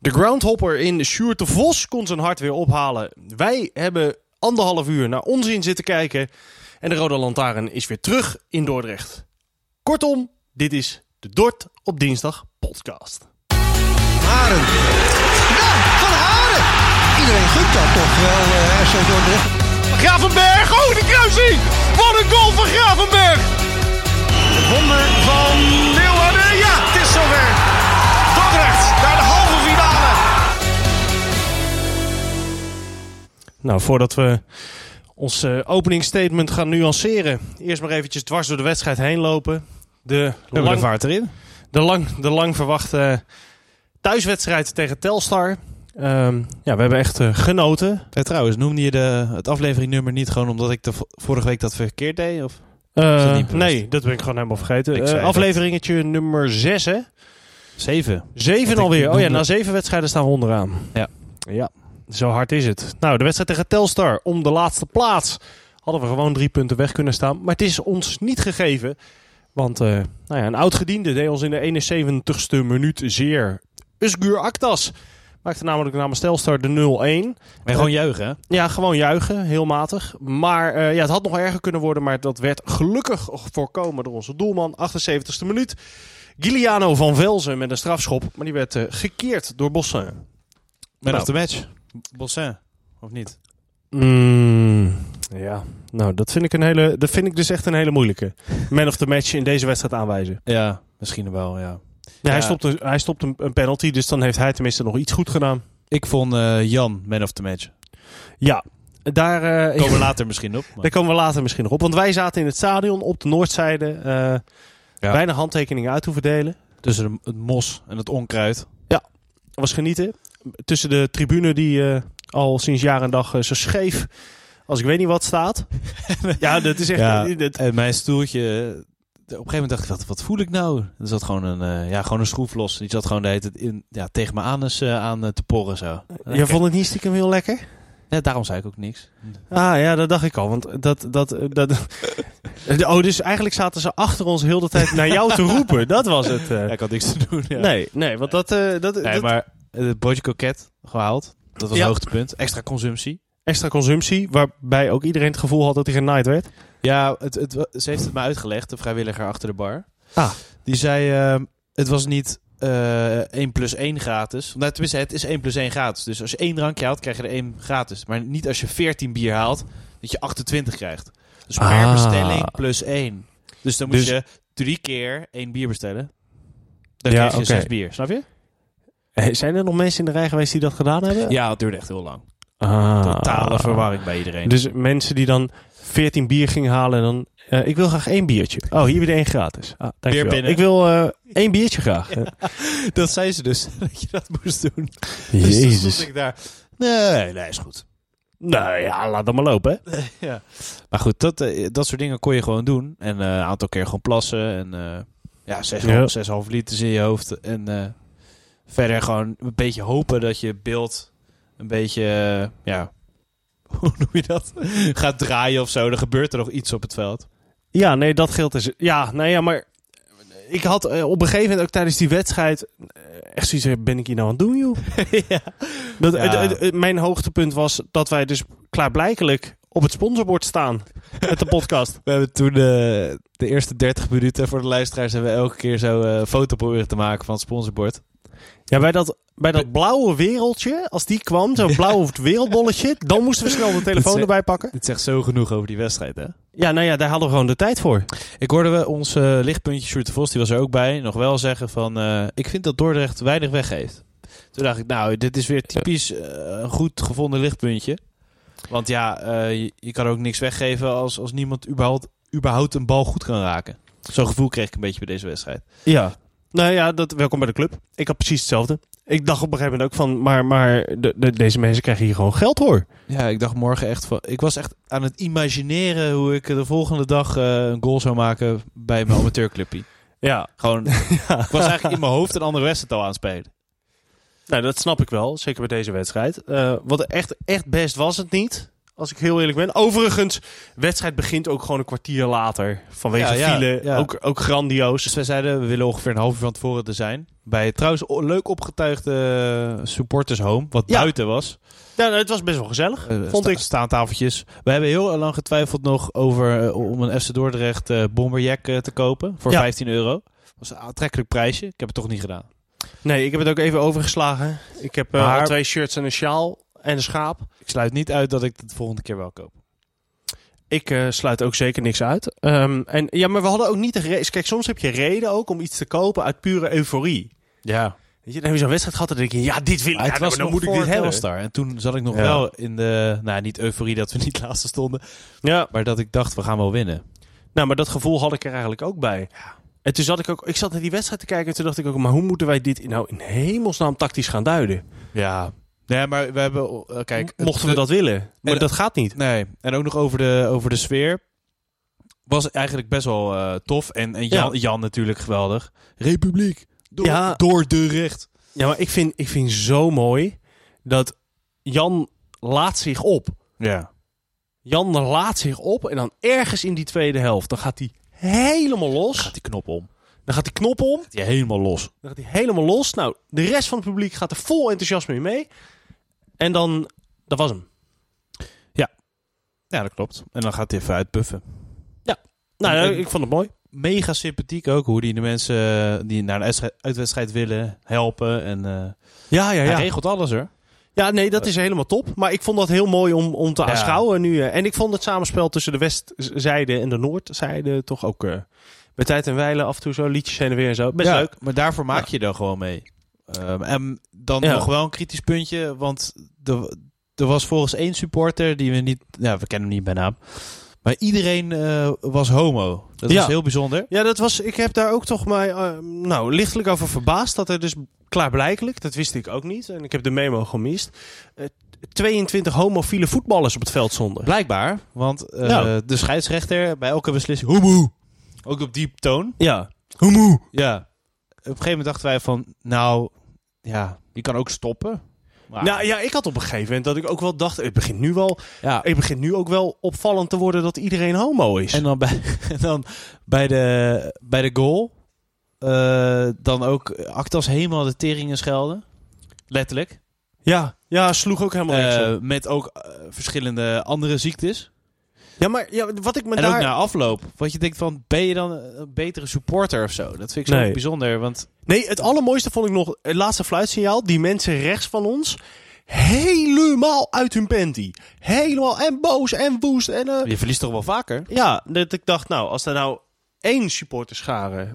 De groundhopper in Sjoerd de Vos kon zijn hart weer ophalen. Wij hebben 1,5 uur naar onzin zitten kijken. En de Rode Lantaarn is weer terug in Dordrecht. Kortom, dit is de Dort op dinsdag podcast. Haren. Ja, Van Haren. Iedereen gunt dat toch wel, RC Dordrecht. Gravenberg, oh de kruising! Wat een goal van Gravenberg! Het wonder van Leeuwarden. Ja, het is zover. Dordrecht naar de halve finale. Nou, voordat we ons openingsstatement gaan nuanceren. Eerst maar eventjes dwars door de wedstrijd heen lopen. De vaart erin. De lang verwachte thuiswedstrijd tegen Telstar. We hebben echt genoten. Trouwens, noemde je het afleveringnummer niet gewoon omdat ik vorige week dat verkeerd deed? Of? Nee, dat ben ik gewoon helemaal vergeten. Afleveringetje nummer 6, hè? 7. 7 alweer. Oh ja, na 7 wedstrijden staan we onderaan. Ja, zo hard is het. Nou, de wedstrijd tegen Telstar om de laatste plaats. Hadden we gewoon 3 punten weg kunnen staan. Maar het is ons niet gegeven. Want een oud-gediende deed ons in de 71ste minuut zeer. Özgür Aktas maakte namelijk namens Telstar de 0-1. En gewoon juichen, hè? Ja, gewoon juichen. Heel matig. Maar het had nog erger kunnen worden. Maar dat werd gelukkig voorkomen door onze doelman. 78ste minuut. Giuliano van Velzen met een strafschop. Maar die werd gekeerd door Bossin. Man of the match. Bossin, of niet? Ja, nou dat vind ik dus echt een hele moeilijke. Man of the match in deze wedstrijd aanwijzen. Ja, misschien wel, ja. Ja, hij stopt een penalty, dus dan heeft hij tenminste nog iets goed gedaan. Ik vond Jan man of the match. Ja, daar komen we later misschien op. Maar. Daar komen we later misschien nog op. Want wij zaten in het stadion op de noordzijde. Bijna handtekeningen uit te verdelen. Tussen het mos en het onkruid. Ja, dat was genieten. Tussen de tribune die al sinds jaar en dag zo scheef als ik weet niet wat staat. Ja, dat is echt... Ja, en mijn stoeltje... Op een gegeven moment dacht ik, wat voel ik nou? Er zat gewoon een schroef los. Die zat gewoon de hele tijd tegen mijn anus aan te porren zo. Jij vond het niet stiekem heel lekker? Ja, daarom zei ik ook niks. Ah ja, dat dacht ik al. Want dus eigenlijk zaten ze achter ons heel de tijd naar jou te roepen. Dat was het. Ja, ik had niks te doen. Ja. Nee, want maar het Bootje Coquet gehaald. Dat was het hoogtepunt. Extra consumptie. Waarbij ook iedereen het gevoel had dat hij genaaid werd. Ja, ze heeft het me uitgelegd, de vrijwilliger achter de bar. Die zei, het was niet 1 plus 1 gratis. Nou, tenminste, het is 1 plus 1 gratis. Dus als je 1 drankje haalt, krijg je er 1 gratis. Maar niet als je 14 bier haalt, dat je 28 krijgt. Dus per bestelling plus 1. Dus dan moet je 3 keer 1 bier bestellen. Dan krijg je 6 bier, snap je? Zijn er nog mensen in de rij geweest die dat gedaan hebben? Ja, het duurde echt heel lang. Totale verwarring bij iedereen. Dus mensen die dan 14 bier gingen halen en dan... ik wil graag 1 biertje. Oh, hier weer 1 gratis. Weer binnen. Ik wil 1 biertje graag. Ja. Dat zei ze dus, dat je dat moest doen. Jezus. Dus dan stond ik daar. Nee, is goed. Nou ja, laat dat maar lopen, hè. Ja. Maar goed, dat soort dingen kon je gewoon doen. En een aantal keer gewoon plassen. En 6,5 liter in je hoofd. En verder gewoon een beetje hopen dat je beeld een beetje... hoe noem je dat? Gaat draaien of zo. Dan gebeurt er nog iets op het veld. Ja, nee, dat geldt dus. Ja, maar ik had op een gegeven moment ook tijdens die wedstrijd echt zoiets, ben ik hier nou aan het doen, joh? Mijn hoogtepunt was dat wij dus klaarblijkelijk op het sponsorbord staan met de podcast. We hebben toen de eerste 30 minuten voor de luisteraars hebben we elke keer zo een foto proberen te maken van het sponsorbord. Ja, bij dat blauwe wereldje, als die kwam, zo'n blauw wereldbolletje, dan moesten we snel de telefoon erbij pakken. Dit zegt zo genoeg over die wedstrijd, hè? Ja, nou ja, daar hadden we gewoon de tijd voor. Ik hoorde ons lichtpuntje Sjoerd de Vos, die was er ook bij, nog wel zeggen van... ik vind dat Dordrecht weinig weggeeft. Toen dacht ik, nou, dit is weer typisch een goed gevonden lichtpuntje. Want je kan ook niks weggeven als niemand überhaupt een bal goed kan raken. Zo'n gevoel kreeg ik een beetje bij deze wedstrijd. Ja. Nou ja, welkom bij de club. Ik had precies hetzelfde. Ik dacht op een gegeven moment ook van, maar deze mensen krijgen hier gewoon geld hoor. Ja, ik dacht morgen echt van... Ik was echt aan het imagineren hoe ik de volgende dag een goal zou maken bij mijn amateurclubje. Ja. Gewoon, ik was eigenlijk in mijn hoofd een andere wedstrijd al aan het spelen. Nou, dat snap ik wel. Zeker bij deze wedstrijd. Wat echt best was het niet. Als ik heel eerlijk ben. Overigens, de wedstrijd begint ook gewoon een kwartier later. Vanwege file. Ja. Ook grandioos. Dus wij zeiden, we willen ongeveer een half uur van tevoren er zijn. Bij trouwens leuk opgetuigde supporters home. Wat buiten was. Ja, het was best wel gezellig. Vond ik. Staantafeltjes. We hebben heel lang getwijfeld nog over om een FC Dordrecht bomberjack te kopen. Voor €15. Dat was een aantrekkelijk prijsje. Ik heb het toch niet gedaan. Nee, ik heb het ook even overgeslagen. Ik heb al 2 shirts en een sjaal en een schaap. Ik sluit niet uit dat ik het de volgende keer wel koop. Ik sluit ook zeker niks uit. Maar we hadden ook niet de reden. Kijk, soms heb je reden ook om iets te kopen uit pure euforie. Ja. Weet je, dan heb je zo'n wedstrijd gehad en dan denk je, dit wil ik. Dan moet ik dit hebben. En toen zat ik nog wel in de, niet euforie dat we niet laatste stonden. Ja. Maar dat ik dacht, we gaan wel winnen. Nou, maar dat gevoel had ik er eigenlijk ook bij. Ja. En toen zat ik zat naar die wedstrijd te kijken en toen dacht ik ook, maar hoe moeten wij dit nou in hemelsnaam tactisch gaan duiden? Ja. Nee, maar we hebben, kijk. Mochten we dat willen. Maar dat gaat niet. Nee. En ook nog over de sfeer. Was eigenlijk best wel tof. En Jan natuurlijk geweldig. Republiek. Door de recht. Ja, maar ik vind zo mooi dat Jan laat zich op. Ja. Jan laat zich op en dan ergens in die tweede helft, dan gaat hij helemaal los. Dan gaat die knop om. Dan gaat die knop om. Gaat hij helemaal los. Dan gaat hij helemaal los. Nou, de rest van het publiek gaat er vol enthousiasme in mee. En dan, dat was hem. Ja, dat klopt. En dan gaat hij even uitpuffen. Ja, nou, ik vond het mooi. Mega sympathiek ook, hoe die de mensen die naar een uitwedstrijd willen helpen. En hij regelt alles, hoor. Ja, nee, dat is helemaal top. Maar ik vond dat heel mooi om te aanschouwen nu. En ik vond het samenspel tussen de westzijde en de noordzijde toch ook bij tijd en wijle af en toe zo liedjes heen en weer en zo. Best leuk. Maar daarvoor maak je er gewoon mee. En dan nog wel een kritisch puntje, want er was volgens 1 supporter die we niet... Ja, we kennen hem niet bij naam. Maar iedereen was homo. Dat was heel bijzonder. Ja, ik heb daar ook toch maar lichtelijk over verbaasd. Dat er dus klaarblijkelijk, dat wist ik ook niet. En ik heb de memo gemist. 22 homofiele voetballers op het veld stonden. Blijkbaar, want de scheidsrechter bij elke beslissing... Homo! Ook op diep toon. Ja. Homo! Ja. Op een gegeven moment dachten wij van... je kan ook stoppen. Wow. Nou ja, ik had op een gegeven moment dat ik ook wel dacht... Het begint nu ook wel opvallend te worden dat iedereen homo is. En dan bij de goal... dan ook Actas helemaal de teringen schelden. Letterlijk. Ja, sloeg ook helemaal met ook verschillende andere ziektes. Ja, maar wat ik me en ook na afloop. Wat je denkt van, ben je dan een betere supporter of zo? Dat vind ik zo bijzonder. Want... Nee, het allermooiste vond ik nog het laatste fluitsignaal. Die mensen rechts van ons helemaal uit hun panty. Helemaal en boos en woest. En, je verliest toch wel vaker? Ja, dat ik dacht, als er 1 supporterschare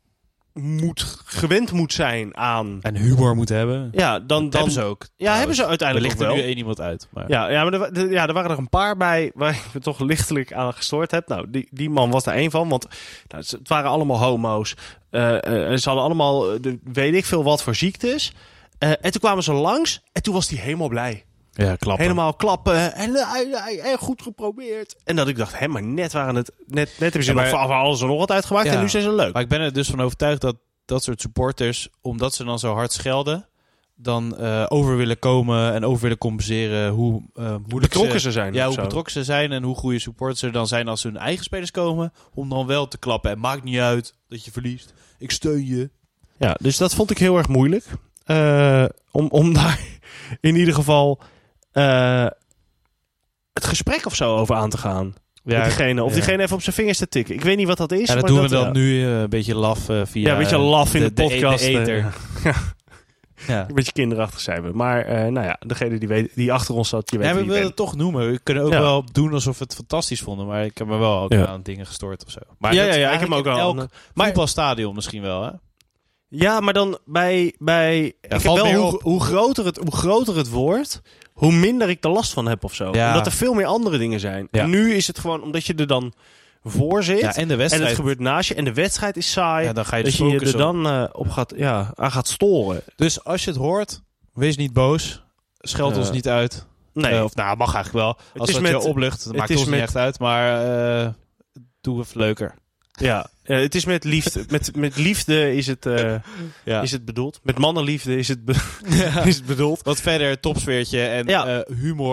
gewend moet zijn aan... En humor moet hebben. Ja, dan hebben ze ook. Ja, hebben ze uiteindelijk wel. Er ligt er nu 1 iemand uit. Maar... Ja, maar er waren er een paar bij waar ik me toch lichtelijk aan gestoord heb. Nou, die man was daar 1 van. Want het waren allemaal homo's. Ze hadden allemaal, weet ik veel wat voor ziektes. En toen kwamen ze langs en toen was hij helemaal blij. Ja, klappen. Helemaal klappen. En goed geprobeerd. En dat ik dacht, maar net waren het... Net hebben ze nog alles er nog wat uitgemaakt en nu zijn ze leuk. Maar ik ben er dus van overtuigd dat soort supporters, omdat ze dan zo hard schelden, dan over willen komen en over willen compenseren hoe betrokken ze zijn. Ja, hoe betrokken ze zijn en hoe goede supporters ze dan zijn als hun eigen spelers komen, om dan wel te klappen. En maakt niet uit dat je verliest. Ik steun je. Ja, dus dat vond ik heel erg moeilijk. Om daar in ieder geval het gesprek of zo over aan te gaan. Ja, diegene even op zijn vingers te tikken. Ik weet niet wat dat is. Ja, dat doen we dan nu een beetje laf via... Ja, een beetje laf in de podcast. De ether. Ja. Een beetje kinderachtig zijn we. Maar degene die achter ons zat, je weet we willen het toch noemen. We kunnen ook wel doen alsof we het fantastisch vonden. Maar ik heb me wel ook aan dingen gestoord of zo. Maar ik heb me ook wel elk voetbalstadion misschien wel, hè? Ja, maar dan bij ik heb wel hoe groter het wordt, hoe minder ik er last van heb of zo. Ja. Omdat er veel meer andere dingen zijn. Ja. En nu is het gewoon omdat je er dan voor zit. Ja, en de wedstrijd. En het gebeurt naast je. En de wedstrijd is saai. Ja, dan ga je dat je er dan aan gaat storen. Dus als je het hoort, wees niet boos. Scheld ons niet uit. Nee. Mag eigenlijk wel. Als het je oplucht, dan maakt het ons niet echt uit. Maar doe het leuker. Ja, het is met liefde. Met liefde is het bedoeld. Met mannenliefde is het bedoeld. Wat verder, topsfeertje en humor.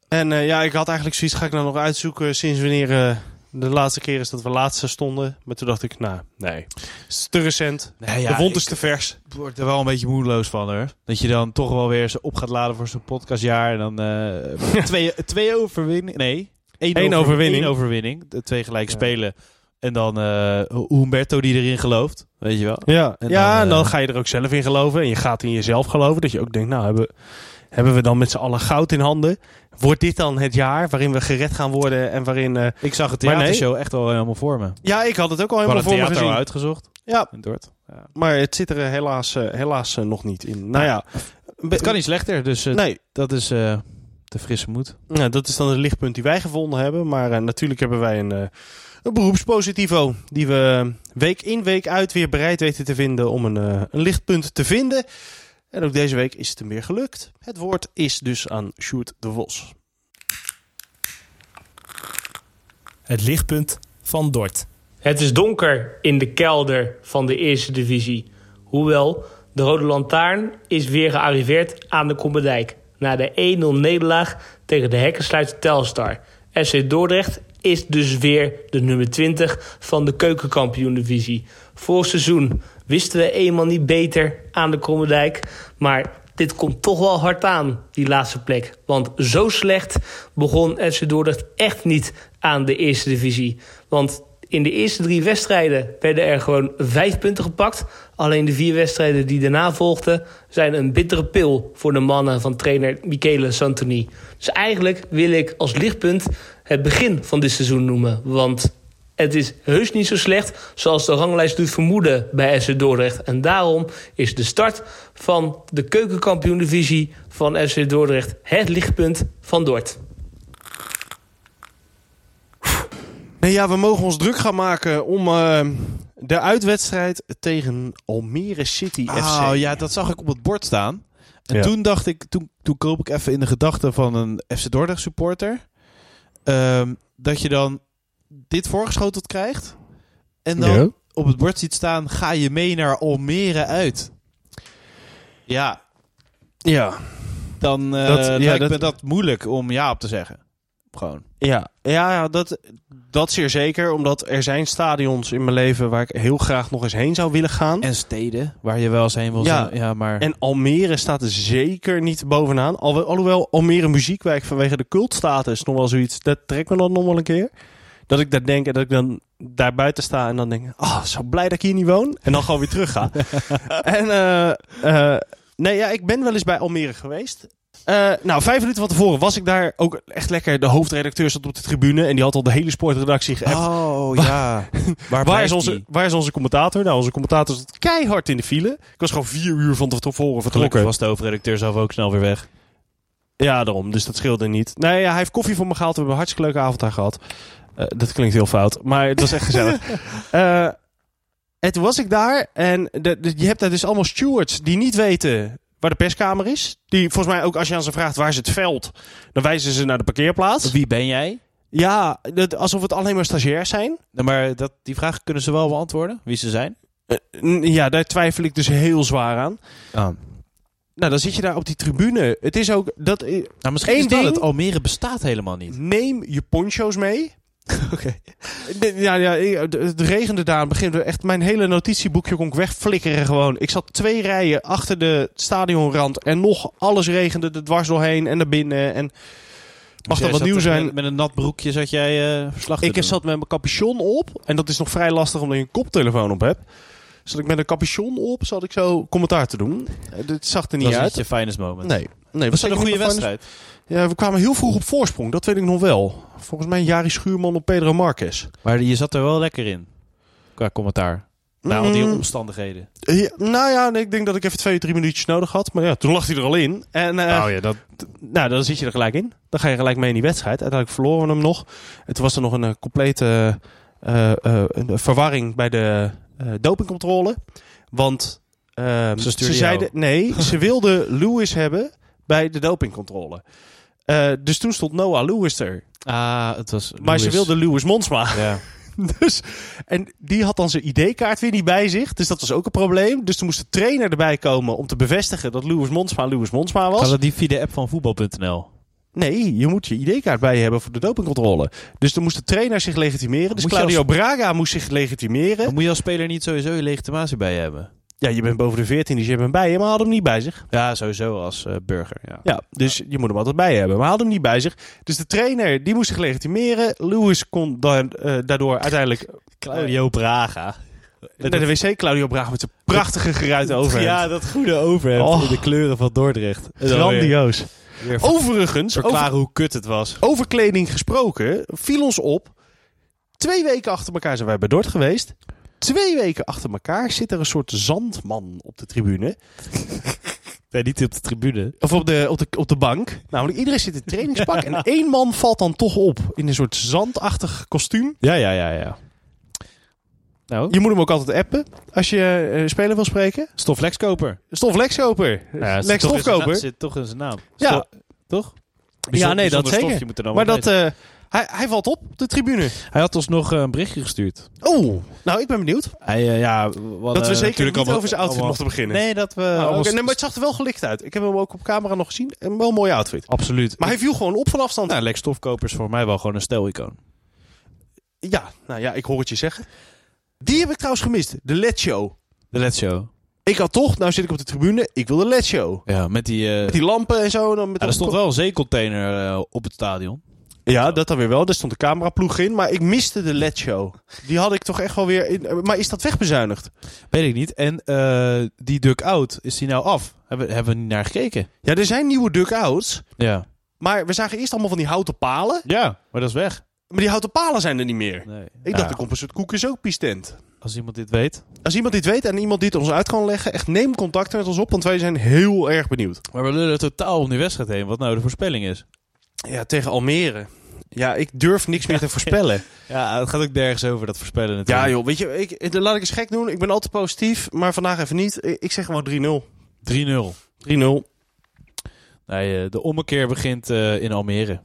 En ik had eigenlijk zoiets, ga ik nou nog uitzoeken sinds wanneer de laatste keer is dat we laatste stonden. Maar toen dacht ik, nee. Het is te recent. Nee, de wond is te vers. Ik word er wel een beetje moedeloos van, hoor. Dat je dan toch wel weer op gaat laden voor zo'n podcastjaar. En dan twee overwinningen. Nee, één overwinning. De 2 gelijke spelen. En dan Humberto die erin gelooft. Weet je wel. Ja, en dan ga je er ook zelf in geloven. En je gaat in jezelf geloven. Dat je ook denkt, nou, hebben we dan met z'n allen goud in handen? Wordt dit dan het jaar waarin we gered gaan worden en waarin... Ik zag het theatershow echt wel helemaal voor me. Ja, ik had het ook al helemaal voor me gezien. Al uitgezocht. Ja. Maar het zit er helaas nog niet in. Nou ja. Het kan niet slechter, dus dat is de frisse moed. Nou, dat is dan het lichtpunt die wij gevonden hebben. Maar natuurlijk hebben wij een beroepspositivo die we week in week uit weer bereid weten te vinden om een lichtpunt te vinden. En ook deze week is het hem weer gelukt. Het woord is dus aan Sjoerd de Vos. Het lichtpunt van Dort. Het is donker in de kelder van de eerste divisie. Hoewel, de Rode Lantaarn is weer gearriveerd aan de Kommerdijk. Na de 1-0 nederlaag tegen de hekkensluiter Telstar. FC Dordrecht is dus weer de nummer 20 van de keukenkampioen-divisie. Vorig seizoen wisten we eenmaal niet beter aan de Kommerdijk. Maar dit komt toch wel hard aan, die laatste plek. Want zo slecht begon FC Dordrecht echt niet aan de eerste divisie. Want in de eerste 3 wedstrijden werden er gewoon 5 punten gepakt. Alleen de 4 wedstrijden die daarna volgden zijn een bittere pil voor de mannen van trainer Michele Santoni. Dus eigenlijk wil ik als lichtpunt het begin van dit seizoen noemen. Want het is heus niet zo slecht zoals de ranglijst doet vermoeden bij FC Dordrecht. En daarom is de start van de keukenkampioen-divisie van FC Dordrecht het lichtpunt van Dort. Nee, ja, we mogen ons druk gaan maken om de uitwedstrijd tegen Almere City FC. Oh ja, dat zag ik op het bord staan. En toen dacht ik, toen kroop ik even in de gedachten van een FC Dordrecht supporter. Dat je dan dit voorgeschoteld krijgt. En dan op het bord ziet staan, ga je mee naar Almere uit. Ja. Ja. Dan lijkt me dat moeilijk om ja op te zeggen. Gewoon. Ja, dat zeer zeker. Omdat er zijn stadions in mijn leven waar ik heel graag nog eens heen zou willen gaan. En steden waar je wel eens heen wil zijn. Ja, maar... En Almere staat er zeker niet bovenaan. Alhoewel Almere Muziekwijk vanwege de cultstatus nog wel zoiets. Dat trekt me dan nog wel een keer. Dat ik daar denk en dat ik dan daar buiten sta en dan denk... zo blij dat ik hier niet woon. En dan gewoon weer terug ga. Ik ben wel eens bij Almere geweest. 5 minuten van tevoren was ik daar ook echt lekker. De hoofdredacteur zat op de tribune en die had al de hele sportredactie geappt. Oh ja. Waar is onze commentator? Nou, onze commentator zat keihard in de file. Ik was gewoon 4 uur van tevoren vertrokken. Gelukkig was de hoofdredacteur zelf ook snel weer weg. Ja, daarom. Dus dat scheelde niet. Nee, hij heeft koffie voor me gehaald. We hebben een hartstikke leuke avond daar gehad. Dat klinkt heel fout, maar het was echt gezellig. En toen was ik daar en je hebt daar dus allemaal stewards die niet weten waar de perskamer is. Die volgens mij ook als je aan ze vraagt waar is het veld, dan wijzen ze naar de parkeerplaats. Wie ben jij? Ja, alsof het alleen maar stagiairs zijn. Maar die vraag kunnen ze wel beantwoorden, wie ze zijn? Daar twijfel ik dus heel zwaar aan. Nou, dan zit je daar op die tribune. Het is ook dat. Misschien is dat het Almere bestaat helemaal niet. Neem je poncho's mee. Oké. Het regende daar aan het begin. Echt, mijn hele notitieboekje kon ik wegflikkeren gewoon. Ik zat 2 rijen achter de stadionrand en nog alles regende er dwars doorheen en naar binnen. En mag dat wat nieuw zijn? Met een nat broekje zat jij verslag te doen? Ik zat met mijn capuchon op. En dat is nog vrij lastig omdat je een koptelefoon op hebt. Zat ik met een capuchon op, zat ik zo commentaar te doen. Het zag er niet uit. Dat was niet je finest moment. Nee, was dat een goede wedstrijd? Ja, we kwamen heel vroeg op voorsprong. Dat weet ik nog wel. Volgens mij Jari Schuurman op Pedro Marques. Maar je zat er wel lekker in. Qua commentaar. Nou, al die omstandigheden. Ik denk dat ik even 2-3 minuutjes nodig had. Maar ja, toen lag hij er al in. En, dan zit je er gelijk in. Dan ga je gelijk mee in die wedstrijd. Uiteindelijk verloren we hem nog. Het was er nog een complete verwarring bij de dopingcontrole. Want ze zeiden... ze wilden Lewis hebben bij de dopingcontrole. Dus toen stond Noah Lewis er. Het was maar ze wilden Lewis Monsma. Ja. En die had dan zijn ID-kaart weer niet bij zich. Dus dat was ook een probleem. Dus toen moest de trainer erbij komen om te bevestigen dat Lewis Monsma was. Gaat dat die via de app van voetbal.nl? Nee, je moet je ID-kaart bij je hebben voor de dopingcontrole. Dus dan moest de trainer zich legitimeren. Dus Claudio Braga moest zich legitimeren. Dan moet je als speler niet sowieso je legitimatie bij je hebben. Ja, je bent boven de 14, dus je hebt hem bij je, maar had hem niet bij zich. Ja, sowieso als burger. Ja, dus je moet hem altijd bij je hebben, maar had hem niet bij zich. Dus de trainer, die moest zich legitimeren. Lewis kon daardoor uiteindelijk... Claudio Braga. Naar de wc, Claudio Braga met zijn prachtige geruite overhemd. Ja, dat goede overhemd in de kleuren van Dordrecht. Grandioos. Overigens, verklaren hoe kut het was. Over kleding gesproken, viel ons op. 2 weken achter elkaar zijn wij bij Dort geweest. 2 weken achter elkaar zit er een soort zandman op de tribune. Nee, niet op de tribune. Of op de bank. Namelijk iedereen zit in trainingspak en 1 man valt dan toch op. In een soort zandachtig kostuum. Ja. Nou. Je moet hem ook altijd appen als je speler wil spreken. Stof Lexkoper. Ja, Lex Stofkoper. Zit toch in zijn naam. Ja. Toch? Ja, nee, dat zeker. Maar dat... Hij valt op de tribune. Hij had ons nog een berichtje gestuurd. Oh, nou ik ben benieuwd. Dat we zeker niet over zijn outfit mochten beginnen. Nee, dat we... Nee, maar het zag er wel gelicht uit. Ik heb hem ook op camera nog gezien. En wel een mooie outfit. Absoluut. Maar hij viel gewoon op van afstand. Nou, Lex Stofkoper is voor mij wel gewoon een stijlicoon. Ja, nou ja, ik hoor het je zeggen. Die heb ik trouwens gemist. De LED Show. De LED Show. Ik had toch, nou zit ik op de tribune, ik wil de LED Show. Ja, met die lampen en zo. Dan met er stond wel een zeecontainer op het stadion. Ja, dat dan weer wel. Daar stond de cameraploeg in. Maar ik miste de LED-show. Die had ik toch echt wel weer in. Maar is dat wegbezuinigd? Weet ik niet. En die duck-out, is die nou af? Hebben we niet naar gekeken? Ja, er zijn nieuwe duck-outs. Ja. Maar we zagen eerst allemaal van die houten palen. Ja, maar dat is weg. Maar die houten palen zijn er niet meer. Nee. Ik dacht, er komt een soort koekensoopiestent. Als iemand dit weet. Als iemand dit weet en iemand dit ons uit kan leggen, echt neem contact met ons op. Want wij zijn heel erg benieuwd. Maar we lullen totaal om die wedstrijd heen. Wat nou de voorspelling is. Ja, tegen Almere. Ja, ik durf niks meer te voorspellen. Ja, het gaat ook nergens over dat voorspellen natuurlijk. Ja joh, weet je, laat ik eens gek doen. Ik ben altijd positief, maar vandaag even niet. Ik zeg gewoon 3-0. 3-0. Nee, de ommekeer begint in Almere.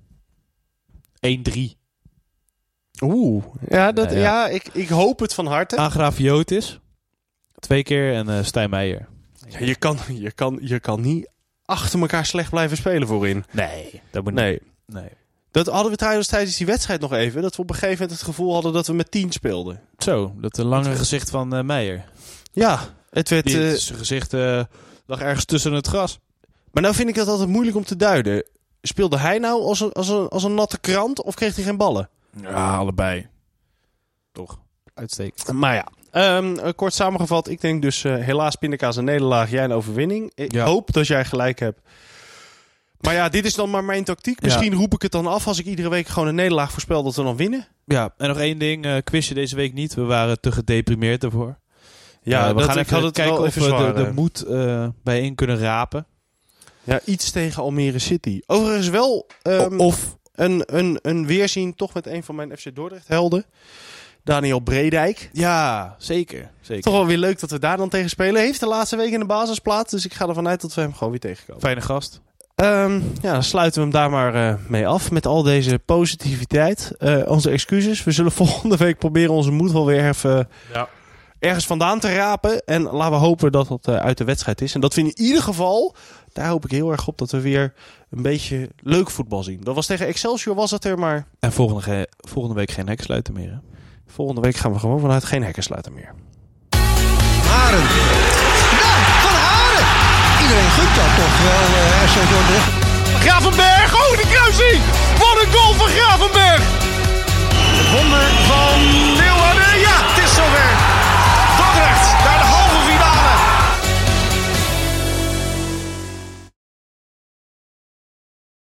1-3. Oeh, ja, ik hoop het van harte. Agrafiotis. 2 keer en Stijn Meijer. Ja, je kan niet achter elkaar slecht blijven spelen voorin. Nee, dat moet niet. Nee. Dat hadden we trouwens tijdens die wedstrijd nog even. Dat we op een gegeven moment het gevoel hadden dat we met 10 speelden. Zo, dat lange gezicht van Meijer. Ja, het werd... Zijn gezicht lag ergens tussen het gras. Maar nou vind ik dat altijd moeilijk om te duiden. Speelde hij nou als een natte krant of kreeg hij geen ballen? Ja, allebei. Toch. Uitstekend. Maar ja, kort samengevat. Ik denk dus helaas pindakaas een nederlaag, jij een overwinning. Ik hoop dat jij gelijk hebt. Maar ja, dit is dan maar mijn tactiek. Misschien roep ik het dan af als ik iedere week gewoon een nederlaag voorspel dat we dan winnen. Ja, en nog 1 ding. Quizje deze week niet. We waren te gedeprimeerd ervoor. Ja, we gaan even kijken of we de moed bijeen kunnen rapen. Ja, iets tegen Almere City. Overigens wel of een weerzien toch met een van mijn FC Dordrecht helden. Daniel Breedijk. Ja, zeker. Toch wel weer leuk dat we daar dan tegen spelen. Heeft de laatste week in de basisplaats. Dus ik ga ervan uit dat we hem gewoon weer tegenkomen. Fijne gast. Dan sluiten we hem daar maar mee af. Met al deze positiviteit. Onze excuses. We zullen volgende week proberen onze moed wel weer even ergens vandaan te rapen. En laten we hopen dat dat uit de wedstrijd is. En dat we in ieder geval, daar hoop ik heel erg op, dat we weer een beetje leuk voetbal zien. Dat was tegen Excelsior, was het er maar. En volgende week geen hekkensluiter meer, hè? Volgende week gaan we gewoon vanuit geen hekkensluiter meer. Haren. Nou, Van Haren. Iedereen gunt dat toch wel, FC Dordrecht. Gravenberg, oh de kruising! Wat een goal van Gravenberg! Het wonder van Leeuwen.